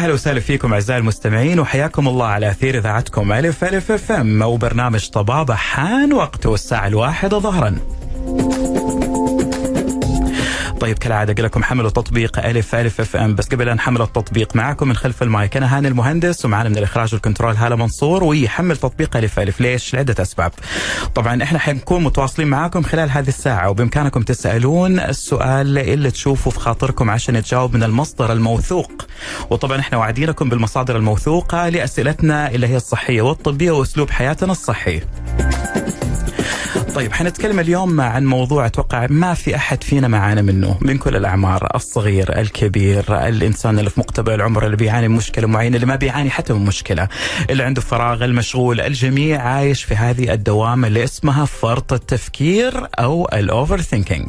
أهلا وسهلا فيكم أعزائي المستمعين، وحياكم الله على أثير إذاعتكم ألف ألف اف ام وبرنامج طبابة. حان وقته الساعة 1 ظهرا. طيب كالعادة قل لكم حملوا تطبيق ألف ألف اف ام، بس قبل أن نحمل التطبيق معكم من خلف المايك أنا هاني المهندس، ومعنا من الإخراج والكنترول هالة منصور. ويحمل تطبيق ألف ألف ليش؟ لعدة أسباب. طبعا إحنا حنكون متواصلين معاكم خلال هذه الساعة، وبإمكانكم تسألون السؤال اللي تشوفوا في خاطركم عشان تجاوب من المصدر الموثوق. وطبعا إحنا وعدينكم بالمصادر الموثوقة لأسئلتنا اللي هي الصحية والطبية وأسلوب حياتنا الصحي. طيب حنتكلم اليوم عن موضوع أتوقع ما في أحد فينا معانا منه، من كل الأعمار، الصغير الكبير، الإنسان اللي في مقتبل العمر، اللي بيعاني من مشكلة معينة، اللي ما بيعاني حتى من مشكلة، اللي عنده فراغ، المشغول، الجميع عايش في هذه الدوامة اللي اسمها فرط التفكير أو الأوفر ثينكينج.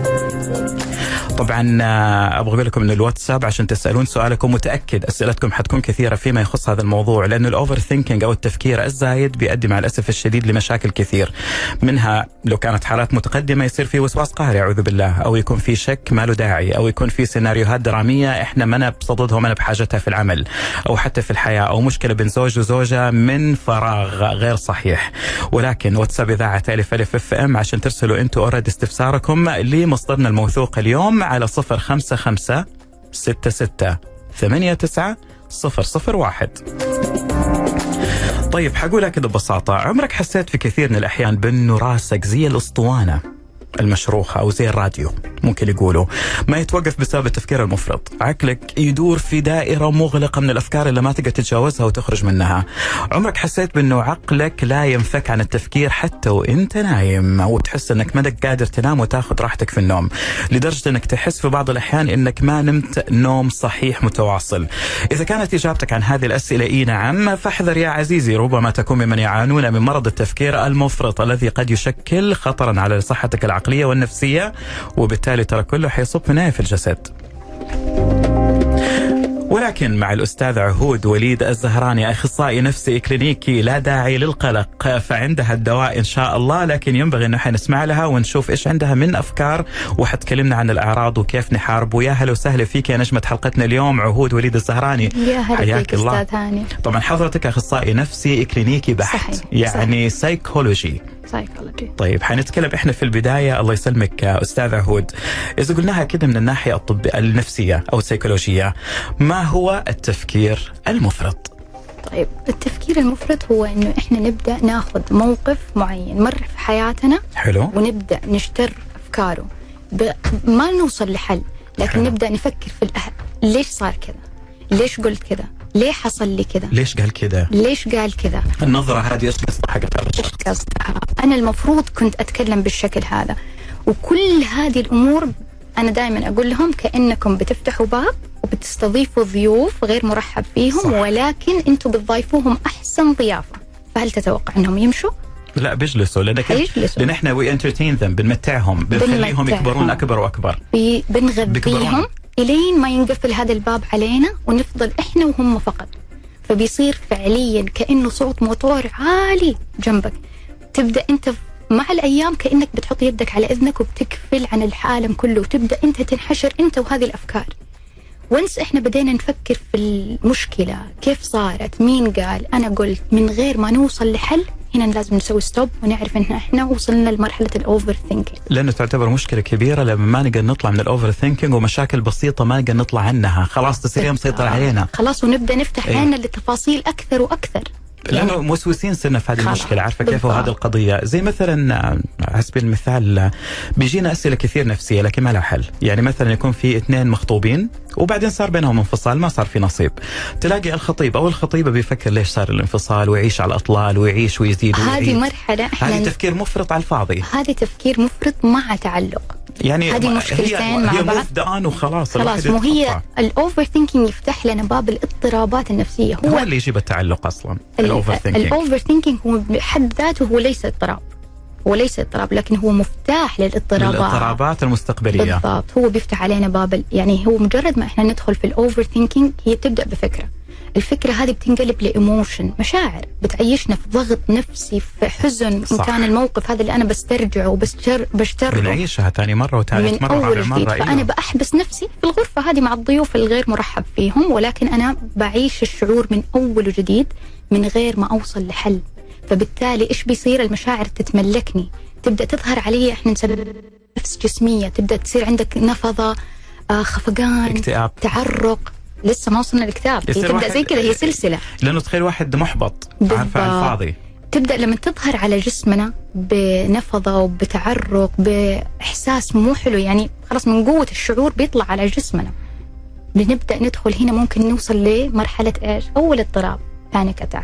طبعا أبغى أقول لكم إن الواتساب عشان تسألون سؤالكم، متأكد أسئلتكم حتكون كثيرة فيما يخص هذا الموضوع، لأن الأوفر ثينكينج أو التفكير الزايد بيؤدي مع الأسف الشديد لمشاكل كثير. منها لو كانت حالات متقدمة يصير في وسواس قهري أعوذ بالله، أو يكون في شك ما له داعي، أو يكون في سيناريوهات درامية إحنا ما بصددها وما بحاجتها في العمل أو حتى في الحياة، أو مشكلة بين زوج وزوجة من فراغ غير صحيح. ولكن واتساب إذاعة ألف ألف اف ام عشان ترسلوا أنتوا أوريدي استفساركم لمصدرنا الموثوق اليوم على 055-66-89-001. طيب حقولها كده ببساطة، عمرك حسيت في كثير من الأحيان بأنه راسك زي الأسطوانة المشروخة أو زي الراديو ممكن يقولوا ما يتوقف بسبب التفكير المفرط، عقلك يدور في دائرة مغلقة من الأفكار اللي ما تقدر تتجاوزها وتخرج منها؟ عمرك حسيت بأنه عقلك لا ينفك عن التفكير حتى وإنت نايم، أو تحس أنك ما قادر تنام وتاخذ راحتك في النوم، لدرجة أنك تحس في بعض الأحيان أنك ما نمت نوم صحيح متواصل؟ إذا كانت إجابتك عن هذه الأسئلة إيه نعم، فاحذر يا عزيزي، ربما تكون ممن يعانون من مرض التفكير المفرط الذي قد يشكل خطرا على صحتك العقلية والنفسية، وبالتالي ترى كله حيصب في النهاية في الجسد. ولكن مع الأستاذ عهود وليد الزهراني، أخصائي نفسي كلينيكي، لا داعي للقلق، فعندها الدواء إن شاء الله، لكن ينبغي أنه حنسمع لها ونشوف إيش عندها من أفكار، وحتكلمنا عن الأعراض وكيف نحارب. ويا هلا وسهلا فيك يا نجمة حلقتنا اليوم عهود وليد الزهراني. يا هلا فيك أستاذ هاني. طبعا حضرتك أخصائي نفسي كلينيكي بحت، صحيح. يعني سايكولوجي. طيب حنتكلم احنا في البداية، الله يسلمك أستاذ عهود، إذا قلناها كده من الناحية الطبية النفسية أو السيكولوجية، ما هو التفكير المفرط؟ طيب التفكير المفرط هو إنه إحنا نبدأ ناخذ موقف معين مر في حياتنا، حلو، ونبدأ نشتر أفكاره، ما نوصل لحل، لكن حلو. نبدأ نفكر في ليش صار كذا، ليش قلت كذا، ليه حصل لي كذا، ليش قال كذا، ليش قال كذا، النظرة هذه ايش قصدها حقت هذا الشخص، ايش قصدها، انا المفروض كنت اتكلم بالشكل هذا. وكل هذه الامور انا دائما اقول لهم كأنكم بتفتحوا باب وبتستضيفوا ضيوف غير مرحب فيهم، صح. ولكن انتم بتضيفوهم احسن ضيافة، فهل تتوقع انهم يمشوا؟ لا بيجلسوا، لان احنا وي انترتين ذم، بنمتعهم، بنخليهم يكبرون اكبر واكبر، بنغذيهم إلين ما ينقفل هذا الباب علينا ونفضل إحنا وهم فقط. فبيصير فعليا كأنه صوت موتور عالي جنبك، تبدأ أنت مع الأيام كأنك بتحط يدك على إذنك وبتكفل عن العالم كله، وتبدأ أنت تنحشر أنت وهذه الأفكار. وانس إحنا بدينا نفكر في المشكلة، كيف صارت، مين قال، أنا قلت، من غير ما نوصل لحل، هنا لازم نسوي ستوب ونعرف ان احنا وصلنا لمرحله الاوفر ثينكينج، لانه تعتبر مشكله كبيره لما ما نقدر نطلع من الاوفر ثينكينج، ومشاكل بسيطه ما نقدر نطلع عنها، خلاص تصير مسيطر علينا، خلاص، ونبدا نفتح عيننا للتفاصيل اكثر واكثر، لانه موسوسين صرنا في هذه المشكله، عارفه كيف هذه القضيه. زي مثلا على سبيل المثال بيجينا اسئله كثير نفسيه لكن ما لها حل، يعني مثلا يكون في اثنين مخطوبين وبعدين صار بينهم انفصال، ما صار في نصيب، تلاقي الخطيب او الخطيبه بيفكر ليش صار الانفصال، ويعيش على الاطلال ويعيش ويزيد ويعيد. هذه مرحله، هذه تفكير مفرط على الفاضي، هذه تفكير مفرط مع تعلق، يعني هذه مشكلتين مع بعض، دان وخلاص، مو هي الاوفر ثينكينج يفتح لنا باب الاضطرابات النفسيه، هو اللي يجيب التعلق اصلا. الاوفر ثينكينج هو بحد ذاته هو ليس اضطراب، وليس اضطراب، لكن هو مفتاح للاضطرابات المستقبليه، بالضبط. هو بيفتح علينا باب، يعني هو مجرد ما احنا ندخل في الاوفر ثينكينج، هي تبدا بفكره، الفكرة هذه بتنقلب لإيموشن، مشاعر بتعيشنا في ضغط نفسي، في حزن. إن كان الموقف هذا اللي أنا بسترجعه وبشتره بنعيشها ثاني مرة وثالث مرة ورابع مرة. فأنا بأحبس نفسي في الغرفة هذه مع الضيوف الغير مرحب فيهم، ولكن أنا بعيش الشعور من أول وجديد من غير ما أوصل لحل. فبالتالي إيش بيصير؟ المشاعر تتملكني، تبدأ تظهر علي، إحنا نسميها نفس جسمية، تبدأ تصير عندك نفضة، خفقان، اكتئاب، تعرق. لسه ما وصلنا للاكتئاب، هي تبدأ زي كذا، هي سلسلة. لأنه تخيل واحد محبط عارفة على الفاضي، تبدأ لما تظهر على جسمنا بنفضة وبتعرق بإحساس مو حلو، يعني خلاص من قوة الشعور بيطلع على جسمنا، بنبدأ ندخل هنا، ممكن نوصل لمرحلة إيش؟ أول اضطراب، بانيك أتاك.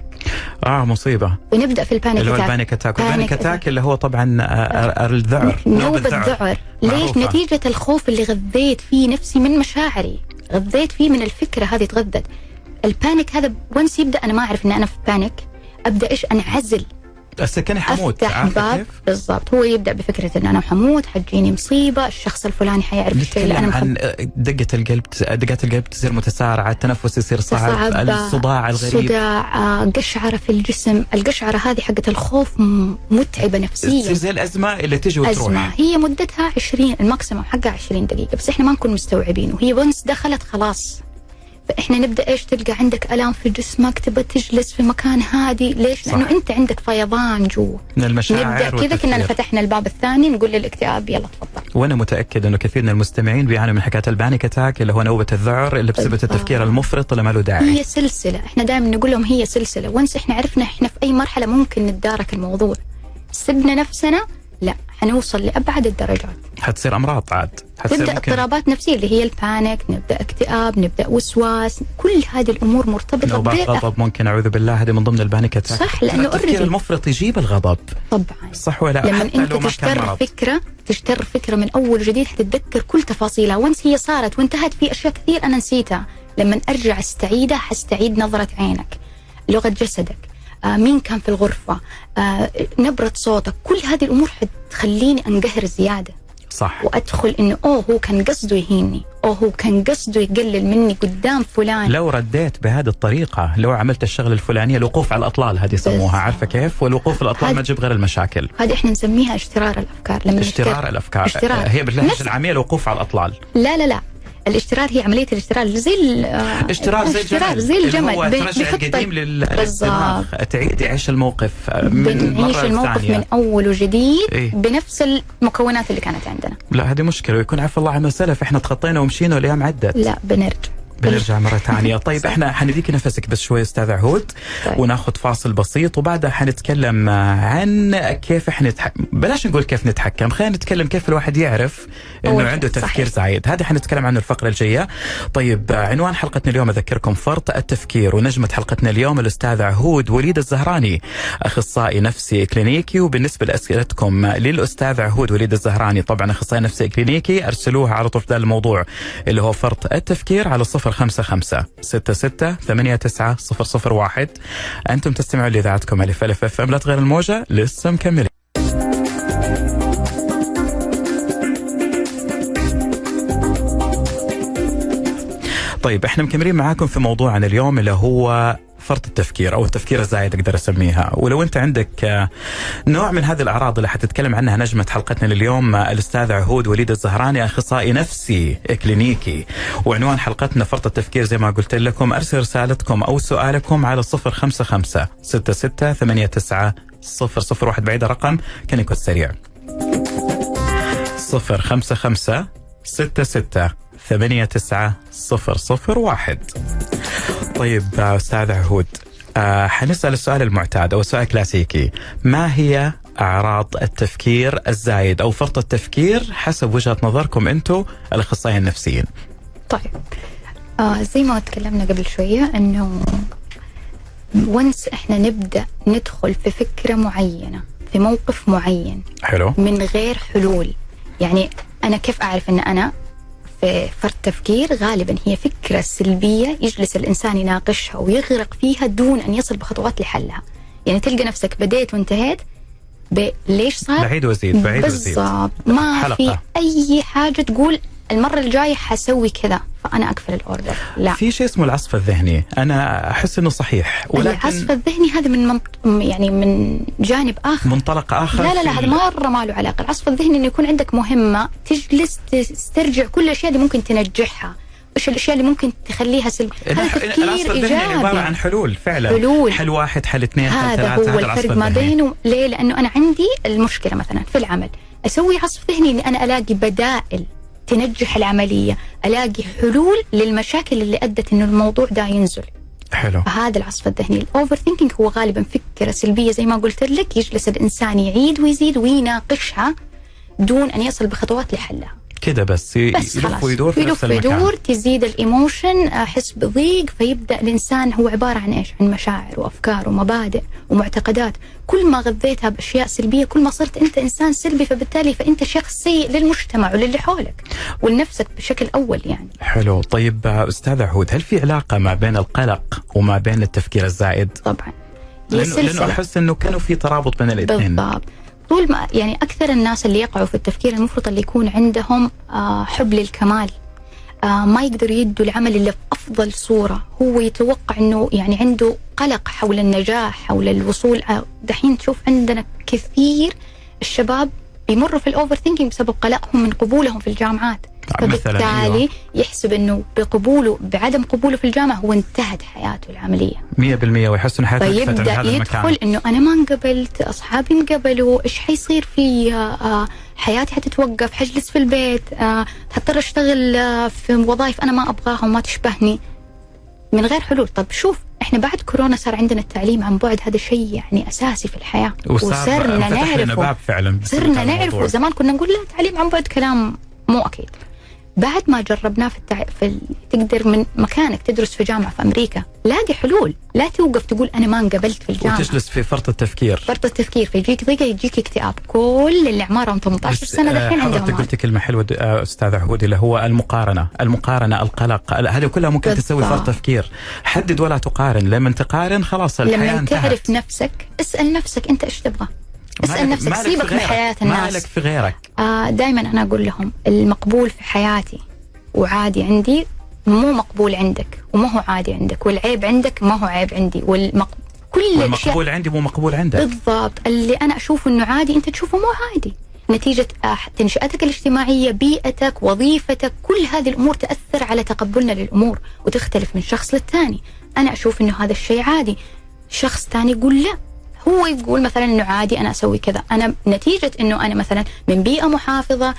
مصيبة. بنبدأ في البانيك اللي هو أتاك. البانيك أتاك، والبانيك أتاك اللي هو طبعا الذعر، نوبة الذعر. ليش؟ نتيجة الخوف اللي غذيت فيه نفسي من مشاعري، غذيت فيه من الفكرة هذه، تغذت. البانيك هذا وانس يبدأ أنا ما أعرف إن أنا في بانيك، أبدأ إيش؟ أنعزل، السكن حموت، أفتح باب. بالضبط، هو يبدأ بفكرة إن أنا حموت، حتجيني مصيبة، الشخص الفلاني حيعرف الشيء اللي أنا عن دقات القلب تصير متسارعة، التنفس يصير صعب، الصداع الغريب، صداع، قشعرة في الجسم. القشعرة هذه حقت الخوف متعبة نفسيا، تصير زي الأزمة اللي تجي وتروح. أزمة هي مدتها 20، الماكسيموم حقها 20 دقيقة، بس إحنا ما نكون مستوعبين، وهي ونس دخلت خلاص. فإحنا نبدأ إيش؟ تلقى عندك ألام في جسمك، تبى تجلس في مكان هادي. ليش؟ لأنه أنت عندك فيضان جوا من المشاعر. نبدأ كذا كنا فتحنا الباب الثاني، نقول للاكتئاب يلا تفضل. وأنا متأكد إنه كثير من المستمعين بيعانوا من حكاية البانيك أتاك، اللي هو نوبة الذعر اللي بسبب التفكير المفرط اللي ما له داعي. هي سلسلة، إحنا دائما نقول لهم هي سلسلة. وانس إحنا عرفنا إحنا في أي مرحلة ممكن نتدارك الموضوع، سبنا نفسنا، لا حنوصل لأبعد الدرجات، حتصير أمراض عاد، تبدأ اضطرابات نفسية اللي هي البانيك، نبدأ اكتئاب، نبدأ وسواس. كل هذه الأمور مرتبطة نوبات غضب ممكن، أعوذ بالله، هذه من ضمن البانيك أتاك. صح، لأنه التفكير المفرط يجيب الغضب طبعا. صح ولا؟ لما أنت تشتر فكرة من أول وجديد حتتذكر كل تفاصيلها، وانس هي صارت وانتهت. في أشياء كثير أنا نسيتها، لما أرجع استعيدها حستعيد نظرة عينك، لغة جسدك، مين كان في الغرفة، نبرة صوتك. كل هذه الأمور حتخليني أنقهر زيادة. صح. وأدخل إنه هو كان قصده يهيني، هو كان قصده يقلل مني قدام فلان. لو رديت بهذه الطريقة، لو عملت الشغل الفلانية، الوقوف على الأطلال هذه يسموها، عارفة كيف؟ والوقوف على الأطلال ما تجيب غير المشاكل. هذه إحنا نسميها اشترار الأفكار. لما اشترار الأفكار هي باللهجة العامية الوقوف على الأطلال. لا الاشترار هي عملية الاشترار، زي زي الجمل ترجع القديم للدماغ، تعيد يعيش الموقف بنعيش الموقف من أول وجديد بنفس المكونات اللي كانت عندنا. لا هذه مشكلة، ويكون عفى الله عما سلف، احنا تخطينا ومشينا والأيام عدت. لا بنرجع مرة ثانية. طيب احنا حنديك نفسك بس شوي أستاذ عهود، طيب. وناخذ فاصل بسيط، وبعدها حنتكلم عن كيف احنا بلاش نقول كيف نتحكم، خلينا نتكلم كيف الواحد يعرف انه عنده تفكير زايد. هذا حنتكلم عنه الفقرة الجاية. طيب عنوان حلقتنا اليوم أذكركم فرط التفكير، ونجمة حلقتنا اليوم الأستاذ عهود وليد الزهراني، أخصائي نفسي كلينيكي. وبالنسبة لأسئلتكم للأستاذ عهود وليد الزهراني، طبعا أخصائي نفسي كلينيكي، أرسلوها على طول في الموضوع اللي هو فرط التفكير على 0556689001. أنتم تستمعوا لإذاعتكم ألف ألف اف ام، لا تغير الموجة، لسه مكملين. طيب احنا مكملين معاكم في موضوعنا اليوم اللي هو فرط التفكير او التفكير الزايد اقدر اسميها. ولو انت عندك نوع من هذه الاعراض اللي حتتكلم عنها نجمة حلقتنا لليوم الاستاذ عهود وليد الزهراني، اخصائي نفسي كلينيكي، وعنوان حلقتنا فرط التفكير زي ما قلت لكم، ارسل رسالتكم او سؤالكم على 0556689001. بعيد الرقم كان يكون سريع، 0556689001. طيب أستاذ عهود، حنسأل السؤال المعتاد أو السؤال الكلاسيكي، ما هي أعراض التفكير الزايد أو فرط التفكير حسب وجهة نظركم أنتم الأخصائيين النفسيين؟ طيب زي ما تكلمنا قبل شوية، أنه ونس إحنا نبدأ ندخل في فكرة معينة في موقف معين، حلو، من غير حلول. يعني أنا كيف أعرف أن أنا في فرط تفكير؟ غالبا هي فكرة سلبية يجلس الإنسان يناقشها ويغرق فيها دون أن يصل بخطوات لحلها. يعني تلقى نفسك بديت وانتهيت ليش صار؟ بعيد وزيد، بعيد وزيد، بالضبط، ما حلقة. في أي حاجة تقول المرة الجاية حسوي كذا فأنا أقفل الأوردر. لا، في شيء اسمه العصف الذهني، أنا أحس إنه صحيح، ولكن العصف الذهني هذا يعني من جانب آخر، منطلق آخر. لا هذا مرة ما له علاقة. العصف الذهني إنه يكون عندك مهمة، تجلس تسترجع كل الأشياء اللي ممكن تنجحها، إيش الأشياء اللي ممكن تخليها سلبي. هذا تفكير إيجابي، عبارة عن حلول فعلا، حل واحد، حل اثنين، حل ثلاثة. هذا هو الفرق ما بينه. ليه؟ لأنه أنا عندي المشكلة مثلا في العمل، أسوي عصف ذهني إني أنا ألاقي بدائل تنجح العملية، ألاقي حلول للمشاكل اللي أدت إنه الموضوع ده ينزل. حلو. فهذا العصف الذهني. الأوفر ثينكينج هو غالبا فكرة سلبية زي ما قلت لك، يجلس الإنسان يعيد ويزيد ويناقشها دون أن يصل بخطوات لحلها. كده بس يلف ويدور في نفس المكان. تزيد الإيموشن، أحس بضيق، فيبدأ الإنسان هو عبارة عن إيش؟ عن مشاعر وأفكار ومبادئ ومعتقدات. كل ما غذيتها بأشياء سلبية كل ما صرت أنت إنسان سلبي، فبالتالي فأنت شخص سيء للمجتمع وللي حولك ولنفسك بشكل أول يعني. حلو. طيب أستاذ عهود، هل في علاقة ما بين القلق وما بين التفكير الزائد؟ طبعا، لأنه أحس أنه كانوا في ترابط بين الاثنين. بالضبط. طول ما يعني أكثر الناس اللي يقعوا في التفكير المفرط اللي يكون عندهم حب للكمال، ما يقدروا يدوا العمل اللي في أفضل صورة. هو يتوقع أنه يعني عنده قلق حول النجاح، حول الوصول. دحين تشوف عندنا كثير الشباب بيمروا في الأوفر ثينكينج بسبب قلقهم من قبولهم في الجامعات. فبالتالي يحسب أنه بعدم قبوله في الجامعة هو انتهت حياته العملية 100%، ويحس أنه حياته فيبدأ من هذا يدخل المكان. أنه أنا ما انقبلت، أصحابي انقبلوا، إيش حيصير في حياتي؟ حتتوقف، حجلس في البيت، حضطر أشتغل في وظائف أنا ما أبغاها وما تشبهني، من غير حلول. طب شوف، إحنا بعد كورونا صار عندنا التعليم عن بعد، هذا شيء يعني أساسي في الحياة، وصرنا نعرفه. زمان كنا نقول لا، تعليم عن بعد كلام مو أكيد. بعد ما جربناه تقدر من مكانك تدرس في جامعة في أمريكا، لاقي حلول، لا توقف تقول أنا ما انقبلت في الجامعة وتجلس في فرط التفكير فيجيك ضيقة، يجيك اكتئاب. كل اللي عمرهم 18 سنة دحين عندهم. حضرتك قلت كلمة حلوة أستاذ عهود، اللي هو المقارنة، القلق، هذه كلها ممكن تسوي فرط تفكير. حدد ولا تقارن، لما تقارن خلاص الحياة لما انتهت. تعرف نفسك، اسأل نفسك أنت إيش تبغى، اسأل نفسك، سيبك من حياة الناس. مالك في غيرك. دائما أنا أقول لهم المقبول في حياتي وعادي عندي مو مقبول عندك، وما هو عادي عندك، والعيب عندك ما هو عيب عندي، كل والمقبول عندي مو مقبول عندك. بالضبط. اللي أنا أشوفه إنه عادي أنت تشوفه مو عادي، نتيجة تنشئتك الاجتماعية، بيئتك، وظيفتك، كل هذه الأمور تأثر على تقبلنا للأمور وتختلف من شخص للتاني. أنا أشوف إنه هذا الشيء عادي، شخص تاني يقول لا، هو يقول مثلا إنه عادي أنا أسوي كذا. أنا نتيجة إنه أنا مثلا من بيئة محافظة،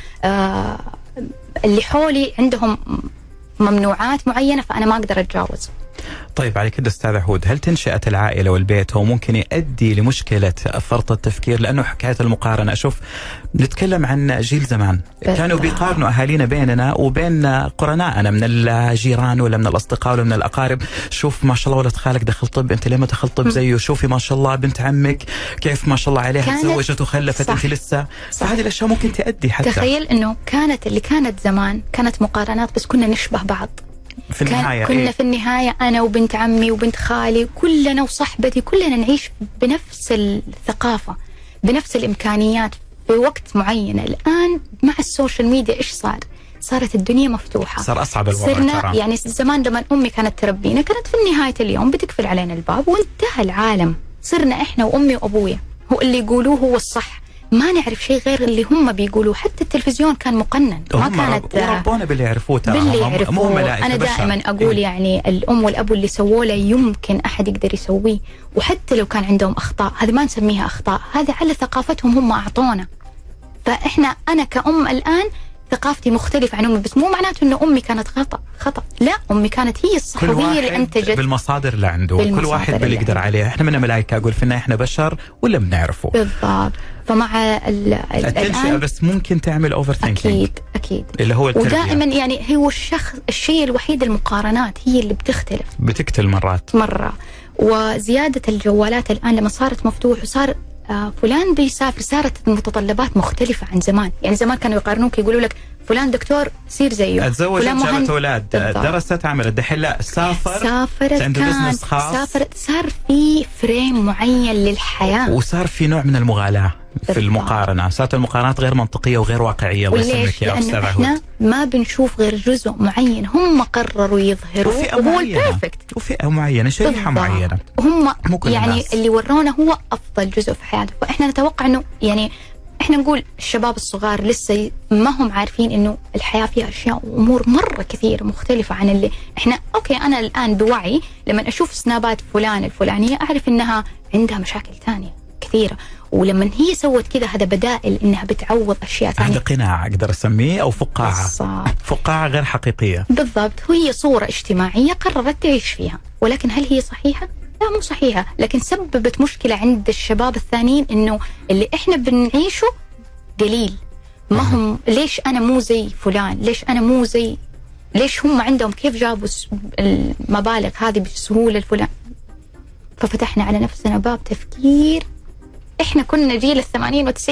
اللي حولي عندهم ممنوعات معينة، فأنا ما أقدر أتجاوز. طيب على كده أستاذ عهود، هل تنشئة العائلة والبيت هو ممكن يؤدي لمشكلة فرط التفكير؟ لأنه حكاية المقارنة، أشوف نتكلم عن جيل زمان كانوا بيقارنوا أهالينا بيننا وبين قرنائنا من الجيران ولا من الأصدقاء ولا من الأقارب. شوف ما شاء الله ولد خالك دخل طب، أنت ليه ما دخلت طب زيه؟ شوفي ما شاء الله بنت عمك كيف ما شاء الله عليها تزوجت وخلفت، أنت لسه. فهذه الأشياء ممكن تؤدي حتى. تخيل إنه اللي كانت زمان كانت مقارنات، بس كنا نشبه بعض في النهاية. كنا في النهاية أنا وبنت عمي وبنت خالي كلنا وصحبتي كلنا نعيش بنفس الثقافة، بنفس الإمكانيات في وقت معين. الآن مع السوشيال ميديا إيش صارت الدنيا مفتوحة، صار أصعب الوضع. صرنا يعني زمان لما أمي كانت تربينا كانت في نهاية اليوم بتقفل علينا الباب وانتهى العالم. صرنا إحنا وأمي وأبويا هو اللي يقولوه هو الصح، ما نعرف شيء غير اللي هم بيقولوا. حتى التلفزيون كان مقنن، ما كانت وربونا باللي يعرفوه، مو ملائكة. أنا دائما أقول يعني الأم والأبو اللي سووه لا يمكن أحد يقدر يسويه، وحتى لو كان عندهم أخطاء هذه ما نسميها أخطاء، هذه على ثقافتهم هم أعطونا. فإحنا أنا كأم الآن ثقافتي مختلفة عن أمي، بس مو معناته إنه أمي كانت خطأ، لا، أمي كانت هي الصح وهي اللي أنتجت بالمصادر اللي عنده، كل واحد باللي يقدر عليه. إحنا من ملائكة، أقول فينا إحنا بشر ولا بنعرفه. بالضبط. فمع التنشئة بس ممكن تعمل أوفر ثينكينج. أكيد اللي هو التربية. ودائما يعني هو الشيء الوحيد، المقارنات هي اللي بتقتل مرة. وزيادة الجوالات الآن لما صارت مفتوح وصار فلان بيسافر، صارت المتطلبات مختلفة عن زمان. يعني زمان كانوا يقارنوك يقولوا لك فلان دكتور سير زيه، تزوجت جابت أولاد، درست عملت، دحين لا سافرت عنده بزنس خاص، صار في فريم معين للحياة، وصار في نوع من المغالاة في المقارنة. ساعات المقارنات غير منطقية وغير واقعية. وليش؟ لأنه إحنا ما بنشوف غير جزء معين هم قرروا يظهروا، وهو البيرفكت، وفئة معينة، شريحة معينة، هم يعني اللي ورونا هو أفضل جزء في حياته. فإحنا نتوقع إنه يعني إحنا نقول الشباب الصغار لسه ما هم عارفين إنه الحياة فيها أشياء وأمور مرة كثير مختلفة عن اللي إحنا. أوكي أنا الآن بوعي لما أشوف سنابات فلان الفلانية أعرف إنها عندها مشاكل تانية كثيرة، ولما هي سوت كذا هذا بدائل إنها بتعوض أشياء ثانية. هذا قناع أقدر أسميه أو فقاعة. فقاعة غير حقيقية. بالضبط، هي صورة اجتماعية قررت تعيش فيها، ولكن هل هي صحيحة؟ لا مو صحيحة، لكن سببت مشكلة عند الشباب الثانيين إنه اللي إحنا بنعيشه قليل. ما هم ليش أنا مو زي فلان؟ ليش أنا مو زي، ليش هم عندهم كيف جابوا المبالغ هذه بسهولة الفلان؟ ففتحنا على نفسنا باب تفكير إحنا كنا جيل 80 و90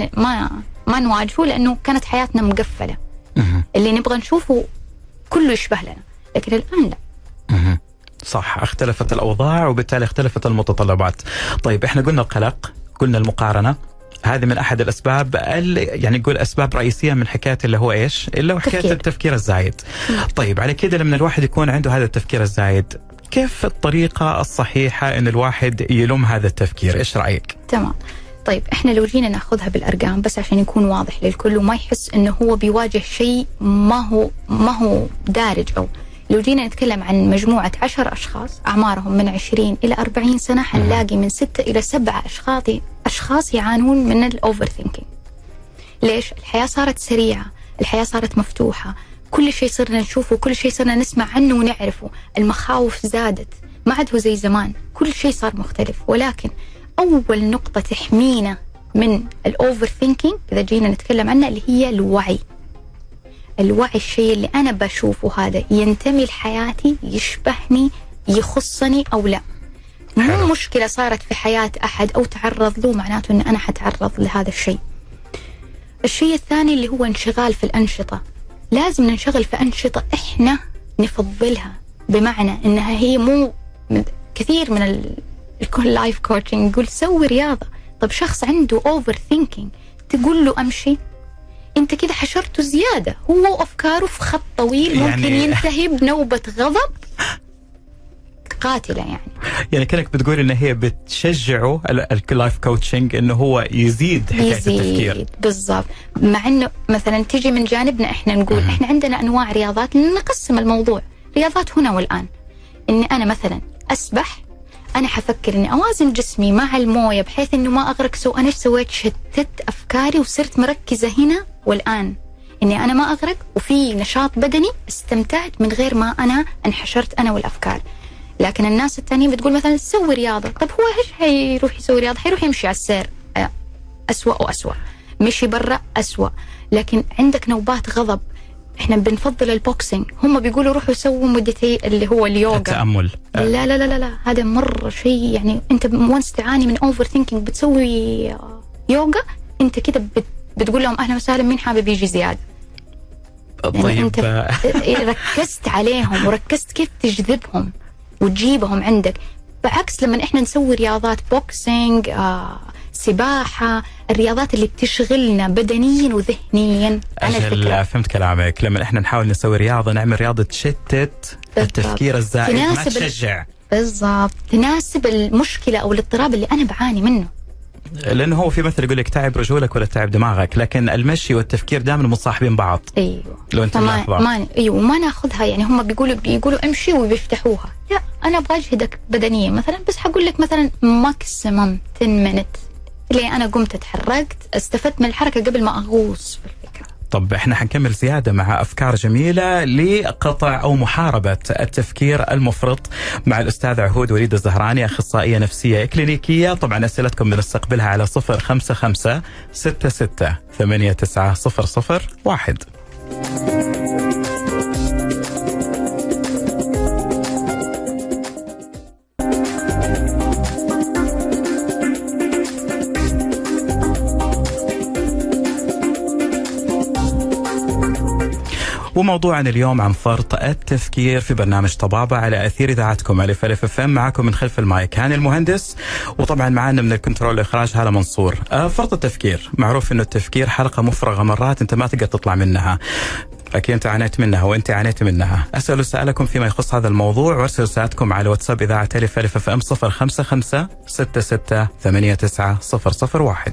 ما نواجهه، لأنه كانت حياتنا مقفلة. اللي نبغى نشوفه كله يشبه لنا، لكن الآن لا. صح، اختلفت الأوضاع وبالتالي اختلفت المتطلبات. طيب احنا قلنا القلق، قلنا المقارنة، هذه من أحد الأسباب يعني نقول أسباب رئيسية من حكاية اللي هو إيش؟ اللي هو حكاية التفكير الزايد. طيب على كده لما الواحد يكون عنده هذا التفكير الزايد، كيف الطريقة الصحيحة إن الواحد يلوم هذا التفكير؟ إيش رأيك؟ تمام. طيب إحنا لو جينا نأخذها بالأرقام بس عشان يكون واضح للكل وما يحس إنه هو بيواجه شيء ما هو دارج، أو لو جينا نتكلم عن مجموعة 10 أشخاص أعمارهم من 20 إلى 40 سنة حنلاقي من 6 إلى 7 أشخاص يعانون من الأوفر ثينكينج. ليش؟ الحياة صارت سريعة، الحياة صارت مفتوحة، كل شيء صرنا نشوفه، كل شيء صرنا نسمع عنه ونعرفه، المخاوف زادت، ما عاد هو زي زمان، كل شيء صار مختلف. ولكن أول نقطة تحمينا من الأوفر ثينكينج إذا جينا نتكلم عنها اللي هي الوعي. الوعي، الشيء اللي أنا بشوفه هذا ينتمي لحياتي، يشبهني، يخصني أو لا. مو مشكلة صارت في حياة أحد أو تعرض له معناته أن أنا حتعرض لهذا الشيء. الشيء الثاني اللي هو انشغال في الأنشطة. لازم ننشغل في أنشطة إحنا نفضلها، بمعنى أنها هي مو كثير من الكل لايف كوتشنج يقول سوي رياضة. طب شخص عنده أوفر ثينكينج تقول له أمشي، أنت كده حشرته زيادة، هو أفكاره في خط طويل ممكن يعني ينتهي بنوبة غضب قاتلة. يعني كأنك بتقول إن هي بتشجعه اللايف كوتشنج إنه هو يزيد حكاية التفكير. بالضبط. مع إنه مثلا تيجي من جانبنا إحنا نقول إحنا عندنا أنواع رياضات، نقسم الموضوع رياضات هنا والآن. إني أنا مثلا أسبح، أنا حفكر إني أوازن جسمي مع الموية بحيث إنه ما أغرق. أنا إيش سويت؟ شتت أفكاري وصرت مركزة هنا والآن إني أنا ما أغرق، وفي نشاط بدني استمتعت من غير ما أنا انحشرت أنا والأفكار. لكن الناس التانيين بتقول مثلا سوي رياضة. طب هو إيش هيروح يسوي رياضة؟ هيروح يمشي على السير، أسوأ وأسوأ، مشي برا أسوأ. لكن عندك نوبات غضب، إحنا بنفضل البوكسينج، هم بيقولوا روحوا يسووا مدتي اللي هو اليوغا، التأمل. لا لا لا لا، هذا مرة شيء يعني أنت وانس تعاني من أوفر ثينكينج بتسوي يوغا، أنت كده بتقول لهم أهلا وسهلا، مين حابب يجي زيادة؟ طيب يعني أنت ركزت عليهم وركزت كيف تجذبهم وتجيبهم عندك. بعكس لما إحنا نسوي رياضات بوكسينج، سباحة، الرياضات اللي بتشغلنا بدنيا وذهنيا. أنا فهمت كلامك. لما إحنا نحاول نسوي رياضة، نعمل رياضة تشتت التفكير الزائد، ما تشجع. بالضبط، تناسب المشكلة أو الاضطراب اللي أنا بعاني منه. لأنه هو في مثل يقول لك تعب رجولك ولا تعب دماغك، لكن المشي والتفكير دائما متصاحبين بعض. أيوة. لو أنت أيوة، ما ناخذها يعني هم بيقولوا امشي وبيفتحوها. لا، أنا أبغى أجهدك بدنيا مثلا، بس حقول لك مثلا ماكسيمم 10 مينت اللي أنا قمت اتحركت، استفدت من الحركة قبل ما أغوص في الفكرة. طب احنا حنكمل زيادة مع أفكار جميلة لقطع أو محاربة التفكير المفرط مع الأستاذ عهود وليد الزهراني، أخصائية نفسية كلينيكية. طبعا أسئلتكم بنستقبلها على 055 66 89 001. وموضوعنا اليوم عن فرط التفكير في برنامج طبابة على أثير إذاعتكم ألف ألف اف ام. معكم من خلف المايك هاني المهندس، وطبعا معنا من الكنترول والإخراج هالة منصور. فرط التفكير، معروف إنه التفكير حلقة مفرغة مرات أنت ما تقدر تطلع منها. أكيد أنت عانيت منها وأنت عانيت منها. أسألوا سؤالكم فيما يخص هذا الموضوع وارسلوا رسالتكم على واتساب إذاعة ألف ألف اف ام 055 66 89 001.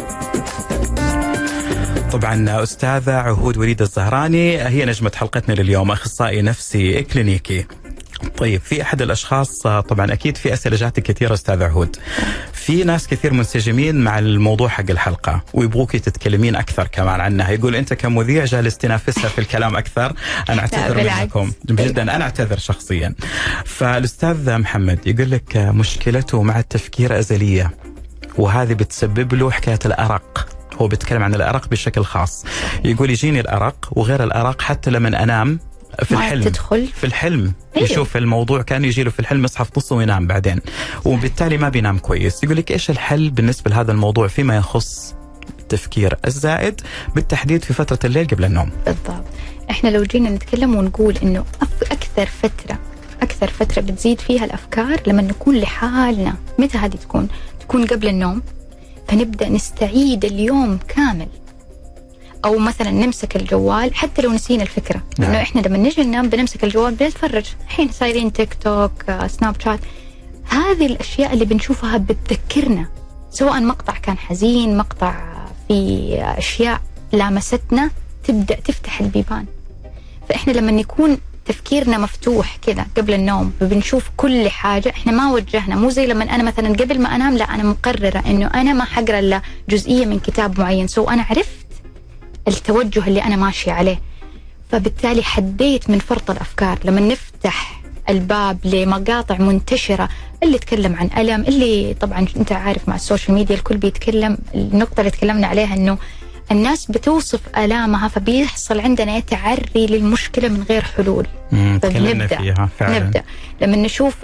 طبعا أستاذة عهود وليد الزهراني هي نجمة حلقتنا لليوم، أخصائي نفسي كلينيكي. طيب، في أحد الأشخاص، طبعا أكيد في أسئلة جاتك كثيرة أستاذة عهود، في ناس كثير منسجمين مع الموضوع حق الحلقة ويبغوك تتكلمين أكثر كمان عنها. يقول أنت كمذيع جالس تنافسها في الكلام أكثر. أنا أعتذر منكم جدا، أنا أعتذر شخصيا. فالأستاذ محمد يقول لك مشكلته مع التفكير أزلية، وهذه بتسبب له حكاية الأرق. هو بيتكلم عن الأرق بشكل خاص. يقول يجيني الأرق وغير الأرق حتى لما أنام في الحلم. تدخل في الحلم أيوه. يشوف الموضوع كان يجي له في الحلم، يصحى في نصه وينام بعدين، وبالتالي ما بينام كويس. يقول لك إيش الحل بالنسبة لهذا الموضوع فيما يخص التفكير الزائد بالتحديد في فترة الليل قبل النوم؟ بالضبط. إحنا لو جينا نتكلم ونقول إنه أكثر فترة بتزيد فيها الأفكار لما نكون لحالنا. متى هذه تكون قبل النوم، فنبدأ نستعيد اليوم كامل. أو مثلا نمسك الجوال حتى لو نسينا الفكرة. لأنه إحنا لما نجي ننام بنمسك الجوال بنتفرج، الحين صايرين تيك توك، سناب شات، هذه الأشياء اللي بنشوفها بتذكرنا، سواء مقطع كان حزين، مقطع في أشياء لامستنا، تبدأ تفتح البيبان. فإحنا لما نكون تفكيرنا مفتوح كذا قبل النوم بنشوف كل حاجة، إحنا ما وجهنا. مو زي لما أنا مثلا قبل ما أنام، لا أنا مقررة إنه أنا ما حقرأ إلا جزئية من كتاب معين، أنا عرفت التوجه اللي أنا ماشي عليه. فبالتالي حديت من فرط الأفكار. لما نفتح الباب لمقاطع منتشرة اللي تكلم عن ألم، اللي طبعا أنت عارف مع السوشيال ميديا الكل بيتكلم، النقطة اللي تكلمنا عليها إنه الناس بتوصف آلامها، فبيحصل عندنا تعري للمشكلة من غير حلول. تكلمنا فيها فعلا. نبدأ لما نشوف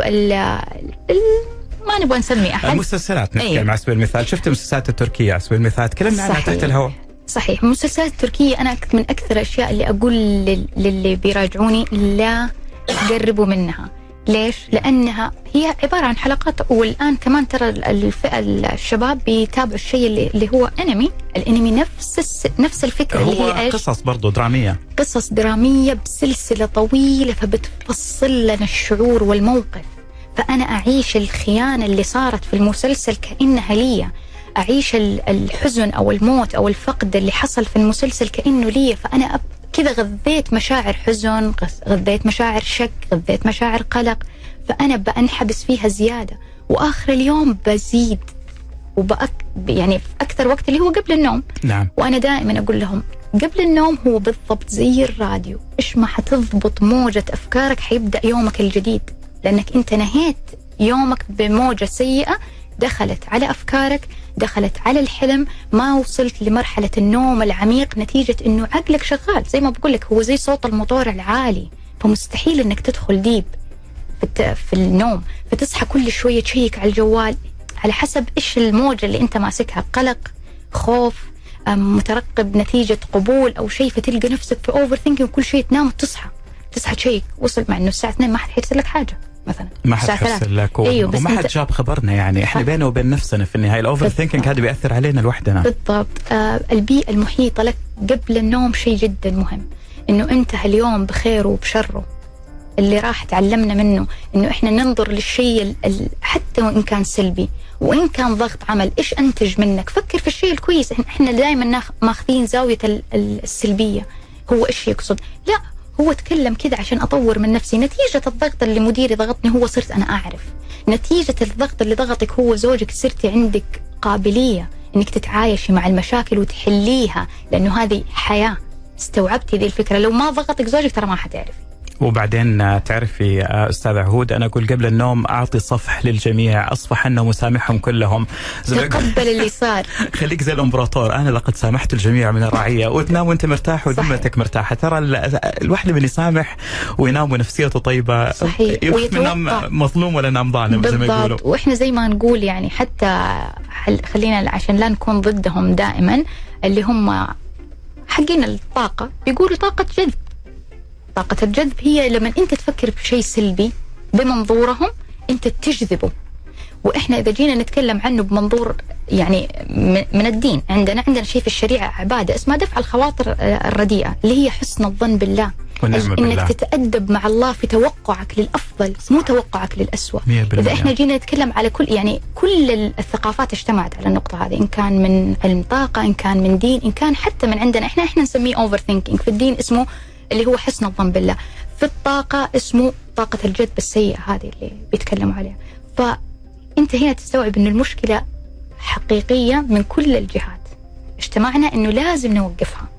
ما نبغى نسمي أحد، المسلسلات نتكلم على سبيل المثال. شفت المسلسلات التركية على سبيل المثال، تكلمنا عنها تحت الهواء. صحيح. المسلسلات التركية أنا من أكثر الأشياء اللي أقول للي بيراجعوني لا تقربوا منها. ليش؟ لأنها هي عبارة عن حلقات، والآن كمان ترى الشباب بيتابعوا الشيء اللي هو الأنمي نفس الفكرة، هو اللي هي إيش؟ قصص برضو درامية، قصص درامية بسلسلة طويلة، فبتفصل لنا الشعور والموقف. فأنا أعيش الخيانة اللي صارت في المسلسل كأنها لي، أعيش الحزن أو الموت أو الفقد اللي حصل في المسلسل كأنه لي. فأنا كذا غذيت مشاعر حزن، غذيت مشاعر شك، غذيت مشاعر قلق، فأنا بأنحبس فيها زيادة، وآخر اليوم بزيد يعني في أكثر وقت اللي هو قبل النوم. نعم. وأنا دائما أقول لهم قبل النوم هو بالضبط زي الراديو، إيش ما حتضبط موجة أفكارك حيبدأ يومك الجديد، لأنك أنت نهيت يومك بموجة سيئة دخلت على أفكارك، دخلت على الحلم، ما وصلت لمرحلة النوم العميق، نتيجة أنه عقلك شغال. زي ما بقولك هو زي صوت الموتور العالي، فمستحيل أنك تدخل ديب في النوم، فتصحى كل شوية تشيك على الجوال على حسب إيش الموجة اللي أنت ماسكها، قلق، خوف، مترقب نتيجة قبول أو شيء، فتلقى نفسك في أوفر ثينكينج، وكل شوية تنام وتصحى تشيك، وصل مع أنه الساعة 2 ما حد حيرسل لك حاجة مثلا، ما حد حيرسل لك، أيوه، وما حد جاب خبرنا. يعني احنا بيننا وبين نفسنا في النهاية الأوفر ثينكينج هذا بيأثر علينا لوحدنا. بالضبط. البيئة المحيطة لك قبل النوم شيء جدا مهم، إنه أنت هاليوم بخيره وبشره. اللي راح تعلمنا منه إنه إحنا ننظر للشيء حتى وإن كان سلبي، وإن كان ضغط عمل، إيش أنتج منك، فكر في الشيء الكويس. إحنا دائما ماخذين زاوية السلبية، هو إيش يقصد، لا هو تكلم كذا عشان أطور من نفسي. نتيجة الضغط اللي مديري ضغطني هو صرت أنا أعرف، نتيجة الضغط اللي ضغطك هو زوجك صرتي عندك قابلية إنك تتعايشي مع المشاكل وتحليها، لأنه هذه حياة. استوعبتي ذي الفكرة؟ لو ما ضغطك زوجك ترى ما حتعرفي. وبعدين تعرفي أستاذ عهود، أنا أقول قبل النوم أعطي صفح للجميع، أصفح عنهم وسامحهم كلهم، تقبل اللي صار. خليك زي الإمبراطور، أنا لقد سامحت الجميع من الرعية، وتنام وأنت مرتاح وذمتك مرتاحة. ترى الواحد من يسامح وينام ونفسيته طيبة، صحيح، وينام مظلوم ولا نام ظالم زي ما يقولوا. وإحنا زي ما نقول يعني حتى خلينا عشان لا نكون ضدهم دائما، اللي هم حقين الطاقة بيقولوا طاقة جذب، طاقة الجذب هي لما أنت تفكر بشيء سلبي بمنظورهم أنت تجذبه. وإحنا إذا جينا نتكلم عنه بمنظور يعني من الدين، عندنا شيء في الشريعة عبادة اسمها دفع الخواطر الرديئة اللي هي حسن الظن بالله، إنك تتأدب مع الله في توقعك للأفضل مو توقعك للأسوأ. إذا إحنا جينا نتكلم على كل الثقافات اجتمعت على النقطة هذه، إن كان من علم طاقة، إن كان من دين، إن كان حتى من عندنا إحنا نسميه أوفر ثينكينج. في الدين اسمه اللي هو حسن الظن بالله، في الطاقة اسمه طاقة الجذب السيئة هذه اللي بيتكلموا عليها. فأنت هنا تستوعب إنه المشكلة حقيقية من كل الجهات، اجتمعنا إنه لازم نوقفها.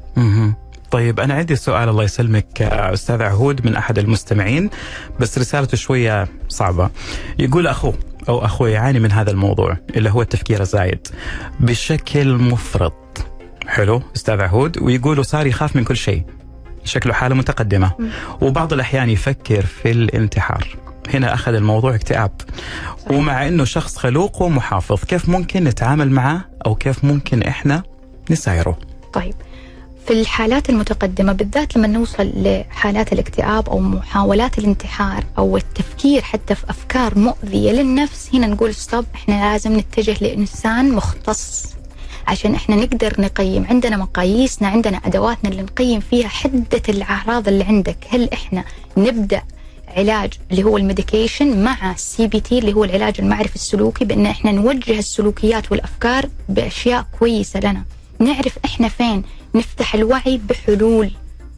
طيب أنا عندي سؤال الله يسلمك أستاذ عهود من أحد المستمعين، بس رسالته شوية صعبة. يقول أخوه يعاني من هذا الموضوع اللي هو التفكير الزايد بشكل مفرط. حلو أستاذ عهود، ويقولوا صار يخاف من كل شيء، شكله حالة متقدمة، وبعض الأحيان يفكر في الانتحار. هنا أخذ الموضوع اكتئاب، ومع أنه شخص خلوق ومحافظ، كيف ممكن نتعامل معه أو كيف ممكن إحنا نسايره؟ طيب في الحالات المتقدمة بالذات لما نوصل لحالات الاكتئاب أو محاولات الانتحار أو التفكير حتى في أفكار مؤذية للنفس، هنا نقول ستوب، إحنا لازم نتجه لإنسان مختص عشان إحنا نقدر نقيم. عندنا مقاييسنا، عندنا أدواتنا اللي نقيم فيها حدة الأعراض اللي عندك. هل إحنا نبدأ علاج اللي هو الميديكيشن مع CBT اللي هو العلاج المعرفي السلوكي، بأن إحنا نوجه السلوكيات والأفكار بأشياء كويسة لنا، نعرف إحنا فين، نفتح الوعي بحلول،